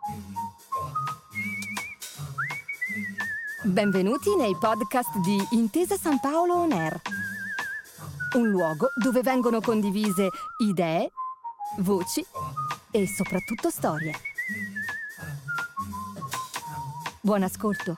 Benvenuti nei podcast di Intesa San Paolo On Air, un luogo dove vengono condivise idee, voci e soprattutto storie. Buon ascolto.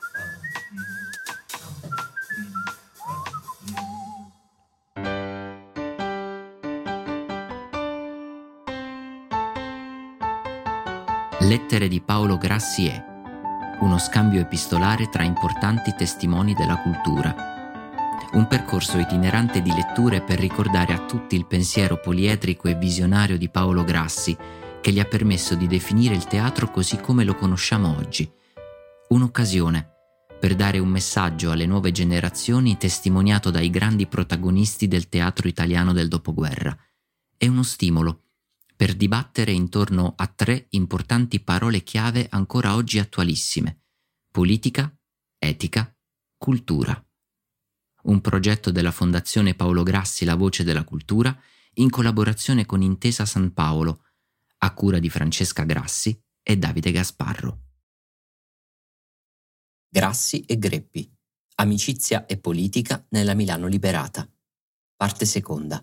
Lettere di Paolo Grassi è uno scambio epistolare tra importanti testimoni della cultura, un percorso itinerante di letture per ricordare a tutti il pensiero poliedrico e visionario di Paolo Grassi, che gli ha permesso di definire il teatro così come lo conosciamo oggi. Un'occasione per dare un messaggio alle nuove generazioni testimoniato dai grandi protagonisti del teatro italiano del dopoguerra. È uno stimolo per dibattere intorno a 3 importanti parole chiave ancora oggi attualissime: politica, etica, cultura. Un progetto della Fondazione Paolo Grassi La Voce della Cultura in collaborazione con Intesa San Paolo, a cura di Francesca Grassi e Davide Gasparro. Grassi e Greppi. Amicizia e politica nella Milano liberata. Parte seconda.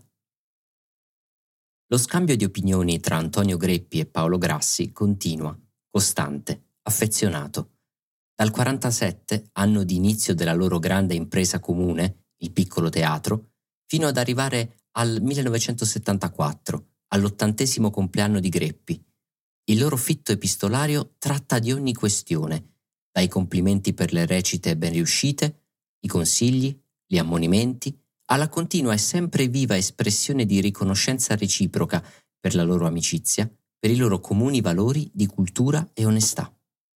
Lo scambio di opinioni tra Antonio Greppi e Paolo Grassi continua, costante, affezionato. Dal 47, anno di inizio della loro grande impresa comune, il piccolo teatro, fino ad arrivare al 1974, all'80° compleanno di Greppi. Il loro fitto epistolario tratta di ogni questione, dai complimenti per le recite ben riuscite, i consigli, gli ammonimenti, alla continua e sempre viva espressione di riconoscenza reciproca per la loro amicizia, per i loro comuni valori di cultura e onestà.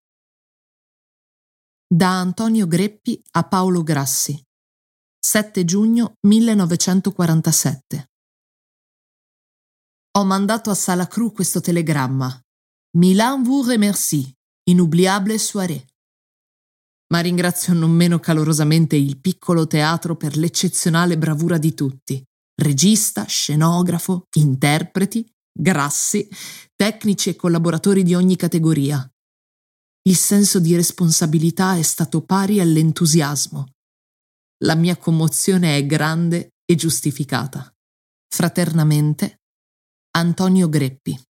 Da Antonio Greppi a Paolo Grassi, 7 giugno 1947. Ho mandato a Sala Cru questo telegramma. Milan vous remercie, inoubliable soirée. Ma ringrazio non meno calorosamente il piccolo teatro per l'eccezionale bravura di tutti: regista, scenografo, interpreti, Grassi, tecnici e collaboratori di ogni categoria. Il senso di responsabilità è stato pari all'entusiasmo. La mia commozione è grande e giustificata. Fraternamente, Antonio Greppi.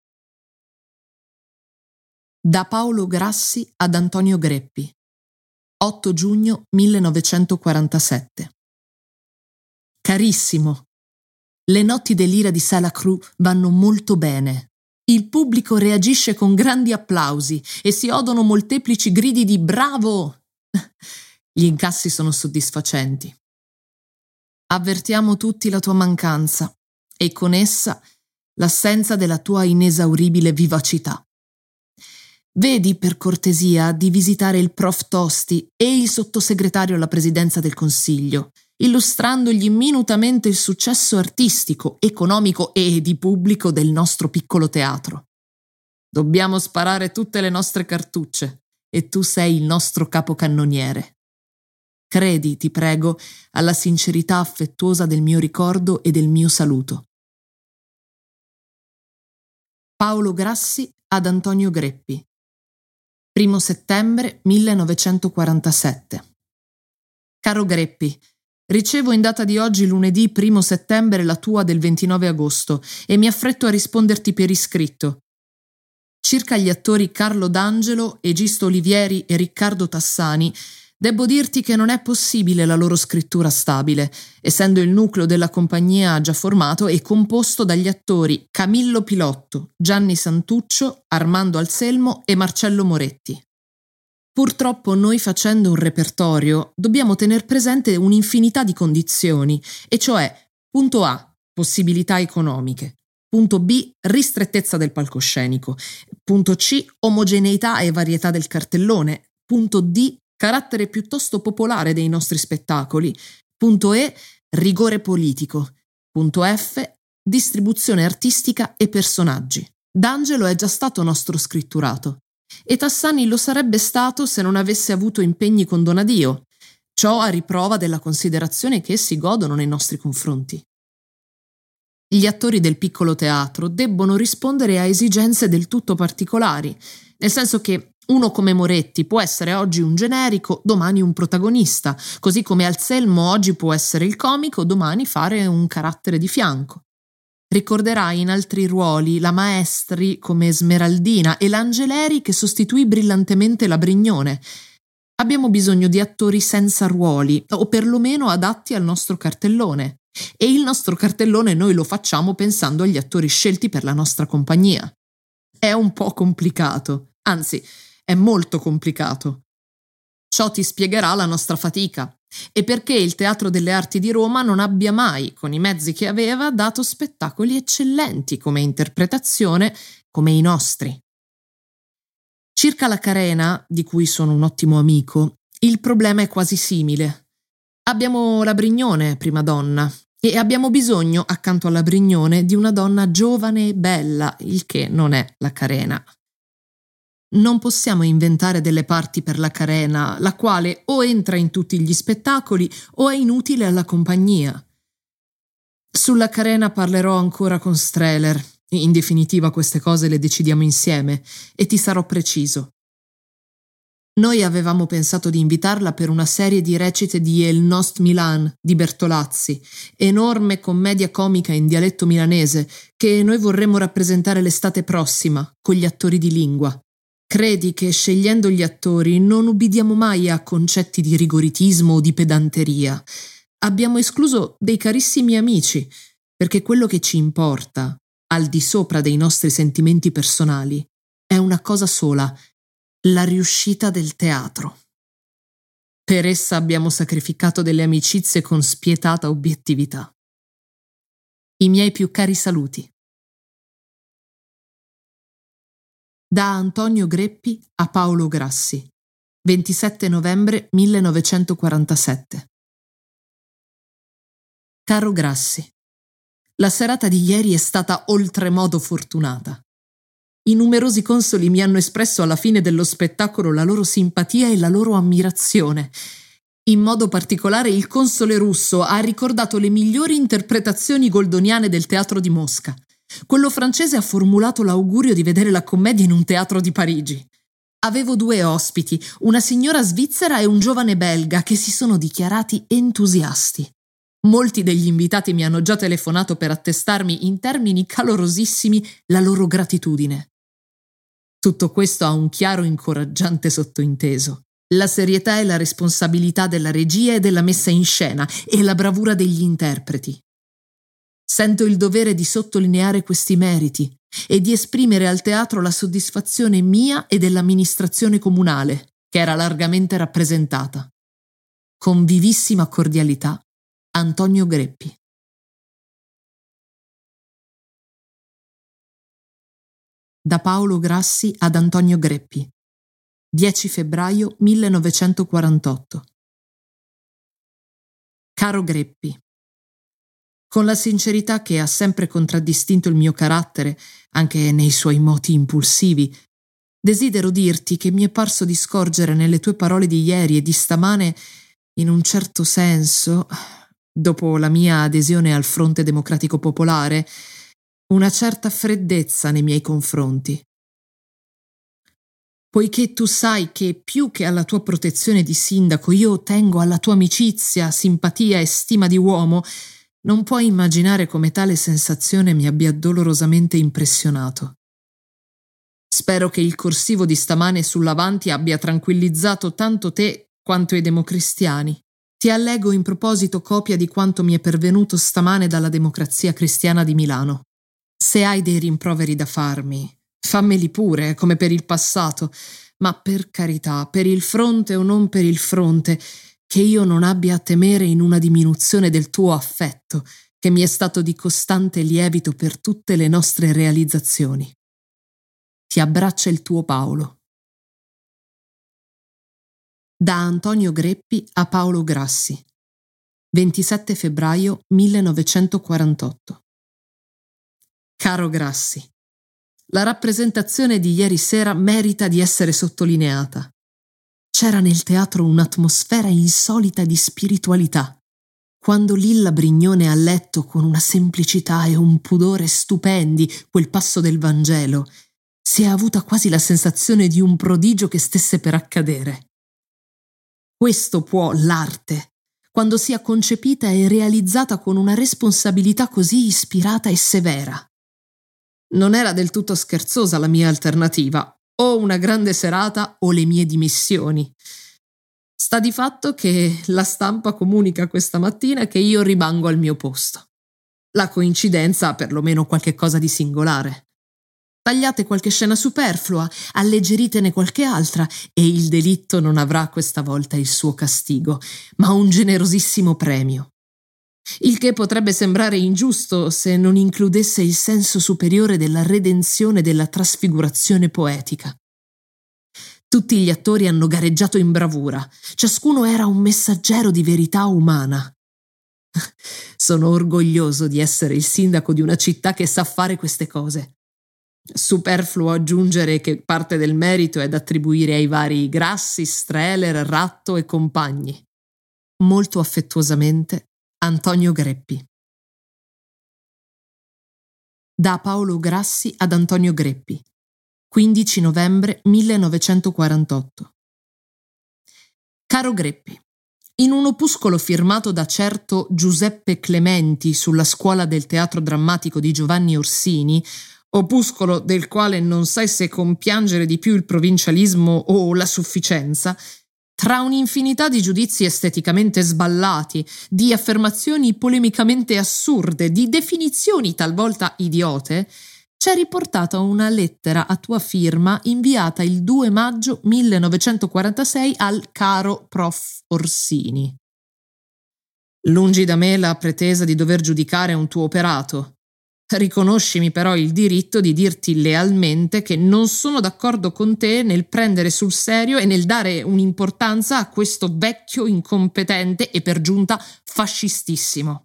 Da Paolo Grassi ad Antonio Greppi, 8 giugno 1947. Carissimo, le notti dell'ira di Sala Cru vanno molto bene. Il pubblico reagisce con grandi applausi e si odono molteplici gridi di bravo. Gli incassi sono soddisfacenti. Avvertiamo tutti la tua mancanza e con essa l'assenza della tua inesauribile vivacità. Vedi per cortesia di visitare il prof. Tosti e il sottosegretario alla presidenza del Consiglio, illustrandogli minutamente il successo artistico, economico e di pubblico del nostro piccolo teatro. Dobbiamo sparare tutte le nostre cartucce e tu sei il nostro capocannoniere. Credi, ti prego, alla sincerità affettuosa del mio ricordo e del mio saluto. Paolo Grassi ad Antonio Greppi, 1 settembre 1947. Caro Greppi, ricevo in data di oggi, lunedì 1 settembre, la tua del 29 agosto e mi affretto a risponderti per iscritto. Circa gli attori Carlo D'Angelo, Egisto Olivieri e Riccardo Tassani, debbo dirti che non è possibile la loro scrittura stabile, essendo il nucleo della compagnia già formato e composto dagli attori Camillo Pilotto, Gianni Santuccio, Armando Anselmo e Marcello Moretti. Purtroppo noi, facendo un repertorio, dobbiamo tener presente un'infinità di condizioni, e cioè: punto A, possibilità economiche; punto B, ristrettezza del palcoscenico; punto C, omogeneità e varietà del cartellone; punto D, carattere piuttosto popolare dei nostri spettacoli; punto E, rigore politico; punto F, distribuzione artistica e personaggi. D'Angelo è già stato nostro scritturato e Tassani lo sarebbe stato se non avesse avuto impegni con Donadio, ciò a riprova della considerazione che essi godono nei nostri confronti. Gli attori del piccolo teatro debbono rispondere a esigenze del tutto particolari, nel senso che uno come Moretti può essere oggi un generico, domani un protagonista, così come Anselmo oggi può essere il comico, domani fare un carattere di fianco. Ricorderai in altri ruoli la Maestri come Smeraldina e l'Angeleri che sostituì brillantemente la Brignone. Abbiamo bisogno di attori senza ruoli, o perlomeno adatti al nostro cartellone. E il nostro cartellone noi lo facciamo pensando agli attori scelti per la nostra compagnia. È un po' complicato, anzi, è molto complicato. Ciò ti spiegherà la nostra fatica e perché il Teatro delle Arti di Roma non abbia mai, con i mezzi che aveva, dato spettacoli eccellenti come interpretazione, come i nostri. Circa la Carena, di cui sono un ottimo amico, il problema è quasi simile. Abbiamo la Brignone, prima donna, e abbiamo bisogno, accanto alla Brignone, di una donna giovane e bella, il che non è la Carena. Non possiamo inventare delle parti per la Carena, la quale o entra in tutti gli spettacoli o è inutile alla compagnia. Sulla Carena parlerò ancora con Strehler. In definitiva queste cose le decidiamo insieme e ti sarò preciso. Noi avevamo pensato di invitarla per una serie di recite di El Nost Milan di Bertolazzi, enorme commedia comica in dialetto milanese che noi vorremmo rappresentare l'estate prossima con gli attori di lingua. Credi che scegliendo gli attori non ubbidiamo mai a concetti di rigoritismo o di pedanteria. Abbiamo escluso dei carissimi amici, perché quello che ci importa, al di sopra dei nostri sentimenti personali, è una cosa sola: la riuscita del teatro. Per essa abbiamo sacrificato delle amicizie con spietata obiettività. I miei più cari saluti. Da Antonio Greppi a Paolo Grassi, 27 novembre 1947. Caro Grassi, la serata di ieri è stata oltremodo fortunata. I numerosi consoli mi hanno espresso alla fine dello spettacolo la loro simpatia e la loro ammirazione. In modo particolare il console russo ha ricordato le migliori interpretazioni goldoniane del teatro di Mosca. Quello francese ha formulato l'augurio di vedere la commedia in un teatro di Parigi. Avevo 2 ospiti, una signora svizzera e un giovane belga, che si sono dichiarati entusiasti. Molti degli invitati mi hanno già telefonato per attestarmi in termini calorosissimi la loro gratitudine. Tutto questo ha un chiaro e incoraggiante sottointeso: la serietà e la responsabilità della regia e della messa in scena e la bravura degli interpreti. Sento il dovere di sottolineare questi meriti e di esprimere al teatro la soddisfazione mia e dell'amministrazione comunale, che era largamente rappresentata. Con vivissima cordialità, Antonio Greppi. Da Paolo Grassi ad Antonio Greppi, 10 febbraio 1948. Caro Greppi, con la sincerità che ha sempre contraddistinto il mio carattere, anche nei suoi moti impulsivi, desidero dirti che mi è parso di scorgere nelle tue parole di ieri e di stamane, in un certo senso, dopo la mia adesione al Fronte Democratico Popolare, una certa freddezza nei miei confronti. Poiché tu sai che più che alla tua protezione di sindaco io tengo alla tua amicizia, simpatia e stima di uomo, non puoi immaginare come tale sensazione mi abbia dolorosamente impressionato. Spero che il corsivo di stamane sull'Avanti abbia tranquillizzato tanto te quanto i democristiani. Ti allego in proposito copia di quanto mi è pervenuto stamane dalla Democrazia Cristiana di Milano. Se hai dei rimproveri da farmi, fammeli pure, come per il passato, ma per carità, per il fronte o non per il fronte, che io non abbia a temere in una diminuzione del tuo affetto, che mi è stato di costante lievito per tutte le nostre realizzazioni. Ti abbraccia il tuo Paolo. Da Antonio Greppi a Paolo Grassi, 27 febbraio 1948. Caro Grassi, la rappresentazione di ieri sera merita di essere sottolineata. C'era nel teatro un'atmosfera insolita di spiritualità. Quando Lilla Brignone ha letto con una semplicità e un pudore stupendi quel passo del Vangelo, si è avuta quasi la sensazione di un prodigio che stesse per accadere. Questo può l'arte, quando sia concepita e realizzata con una responsabilità così ispirata e severa. Non era del tutto scherzosa la mia alternativa, o una grande serata o le mie dimissioni. Sta di fatto che la stampa comunica questa mattina che io rimango al mio posto. La coincidenza ha perlomeno qualche cosa di singolare. Tagliate qualche scena superflua, alleggeritene qualche altra e il delitto non avrà questa volta il suo castigo, ma un generosissimo premio. Il che potrebbe sembrare ingiusto se non includesse il senso superiore della redenzione e della trasfigurazione poetica. Tutti gli attori hanno gareggiato in bravura, ciascuno era un messaggero di verità umana. Sono orgoglioso di essere il sindaco di una città che sa fare queste cose. Superfluo aggiungere che parte del merito è da attribuire ai vari Grassi, Streller, Ratto e compagni. Molto affettuosamente, Antonio Greppi. Da Paolo Grassi ad Antonio Greppi. 15 novembre 1948. Caro Greppi, in un opuscolo firmato da certo Giuseppe Clementi sulla scuola del teatro drammatico di Giovanni Orsini, opuscolo del quale non sai se compiangere di più il provincialismo o la sufficienza, tra un'infinità di giudizi esteticamente sballati, di affermazioni polemicamente assurde, di definizioni talvolta idiote, c'è riportata una lettera a tua firma inviata il 2 maggio 1946 al caro prof. Orsini. Lungi da me la pretesa di dover giudicare un tuo operato. Riconoscimi però il diritto di dirti lealmente che non sono d'accordo con te nel prendere sul serio e nel dare un'importanza a questo vecchio incompetente e per giunta fascistissimo.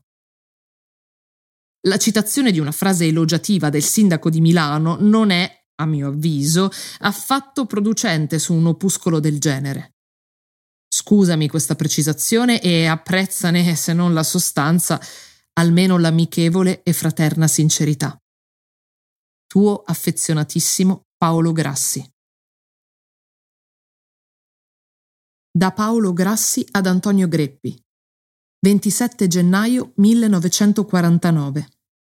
La citazione di una frase elogiativa del sindaco di Milano non è, a mio avviso, affatto producente su un opuscolo del genere. Scusami questa precisazione e apprezzane, se non la sostanza, almeno l'amichevole e fraterna sincerità. Tuo affezionatissimo Paolo Grassi. Da Paolo Grassi ad Antonio Greppi. 27 gennaio 1949.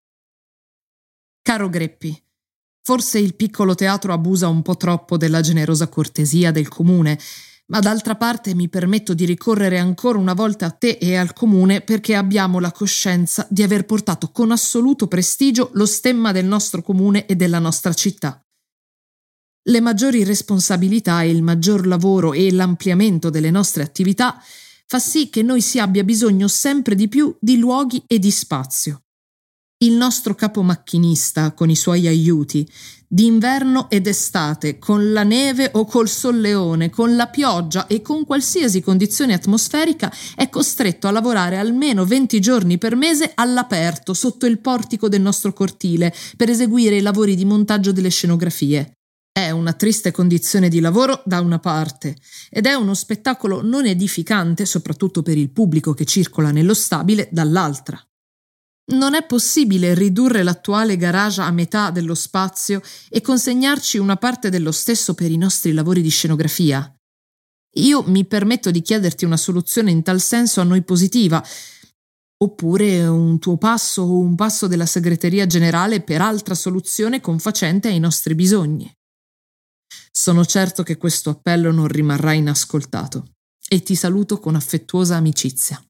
Caro Greppi, forse il piccolo teatro abusa un po' troppo della generosa cortesia del comune, ma d'altra parte mi permetto di ricorrere ancora una volta a te e al comune perché abbiamo la coscienza di aver portato con assoluto prestigio lo stemma del nostro comune e della nostra città. Le maggiori responsabilità e il maggior lavoro e l'ampliamento delle nostre attività fa sì che noi si abbia bisogno sempre di più di luoghi e di spazio. Il nostro capomacchinista, con i suoi aiuti, d'inverno ed estate, con la neve o col solleone, con la pioggia e con qualsiasi condizione atmosferica, è costretto a lavorare almeno 20 giorni per mese all'aperto, sotto il portico del nostro cortile, per eseguire i lavori di montaggio delle scenografie. È una triste condizione di lavoro da una parte ed è uno spettacolo non edificante, soprattutto per il pubblico che circola nello stabile, dall'altra. Non è possibile ridurre l'attuale garage a metà dello spazio e consegnarci una parte dello stesso per i nostri lavori di scenografia. Io mi permetto di chiederti una soluzione in tal senso a noi positiva, oppure un tuo passo o un passo della segreteria generale per altra soluzione confacente ai nostri bisogni. Sono certo che questo appello non rimarrà inascoltato e ti saluto con affettuosa amicizia.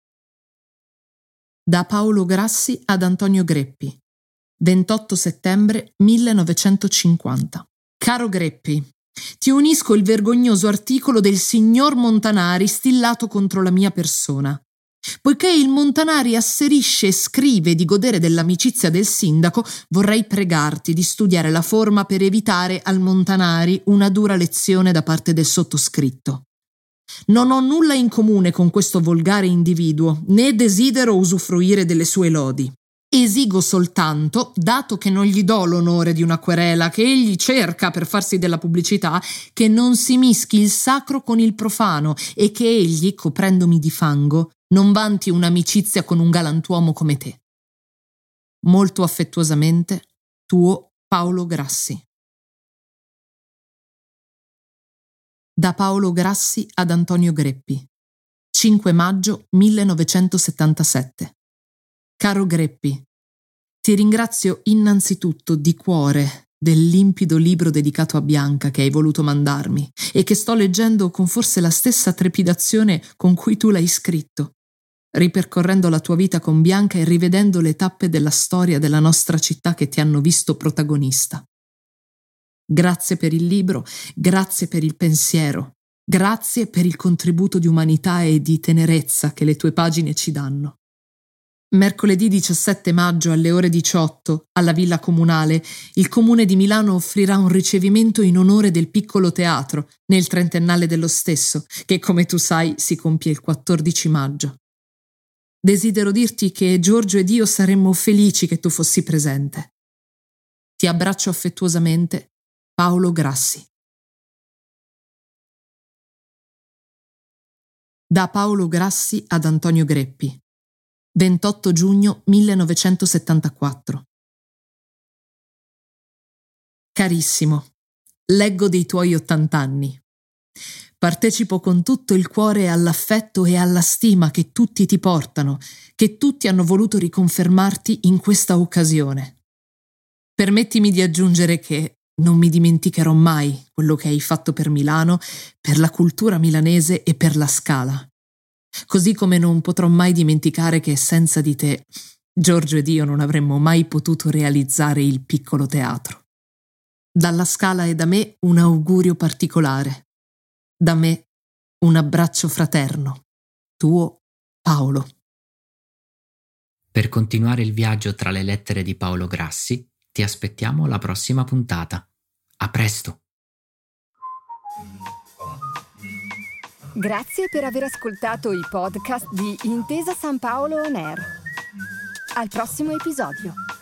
Da Paolo Grassi ad Antonio Greppi. 28 settembre 1950. Caro Greppi, ti unisco il vergognoso articolo del signor Montanari stillato contro la mia persona. Poiché il Montanari asserisce e scrive di godere dell'amicizia del sindaco, vorrei pregarti di studiare la forma per evitare al Montanari una dura lezione da parte del sottoscritto. Non ho nulla in comune con questo volgare individuo, né desidero usufruire delle sue lodi. Esigo soltanto, dato che non gli do l'onore di una querela che egli cerca per farsi della pubblicità, che non si mischi il sacro con il profano e che egli, coprendomi di fango, non vanti un'amicizia con un galantuomo come te. Molto affettuosamente, tuo Paolo Grassi. Da Paolo Grassi ad Antonio Greppi. 5 maggio 1977. Caro Greppi, ti ringrazio innanzitutto di cuore del limpido libro dedicato a Bianca che hai voluto mandarmi e che sto leggendo con forse la stessa trepidazione con cui tu l'hai scritto, ripercorrendo la tua vita con Bianca e rivedendo le tappe della storia della nostra città che ti hanno visto protagonista. Grazie per il libro, grazie per il pensiero, grazie per il contributo di umanità e di tenerezza che le tue pagine ci danno. Mercoledì 17 maggio alle ore 18, alla Villa Comunale, il Comune di Milano offrirà un ricevimento in onore del piccolo teatro nel trentennale dello stesso, che come tu sai si compie il 14 maggio. Desidero dirti che Giorgio ed io saremmo felici che tu fossi presente. Ti abbraccio affettuosamente, Paolo Grassi. Da Paolo Grassi ad Antonio Greppi. 28 giugno 1974. Carissimo, leggo dei tuoi 80 anni. Partecipo con tutto il cuore all'affetto e alla stima che tutti ti portano, che tutti hanno voluto riconfermarti in questa occasione. Permettimi di aggiungere che non mi dimenticherò mai quello che hai fatto per Milano, per la cultura milanese e per la Scala. Così come non potrò mai dimenticare che senza di te Giorgio ed io non avremmo mai potuto realizzare il piccolo teatro. Dalla Scala e da me un augurio particolare. Da me un abbraccio fraterno. Tuo Paolo. Per continuare il viaggio tra le lettere di Paolo Grassi, ti aspettiamo alla prossima puntata. A presto! Grazie per aver ascoltato i podcast di Intesa San Paolo On Air. Al prossimo episodio.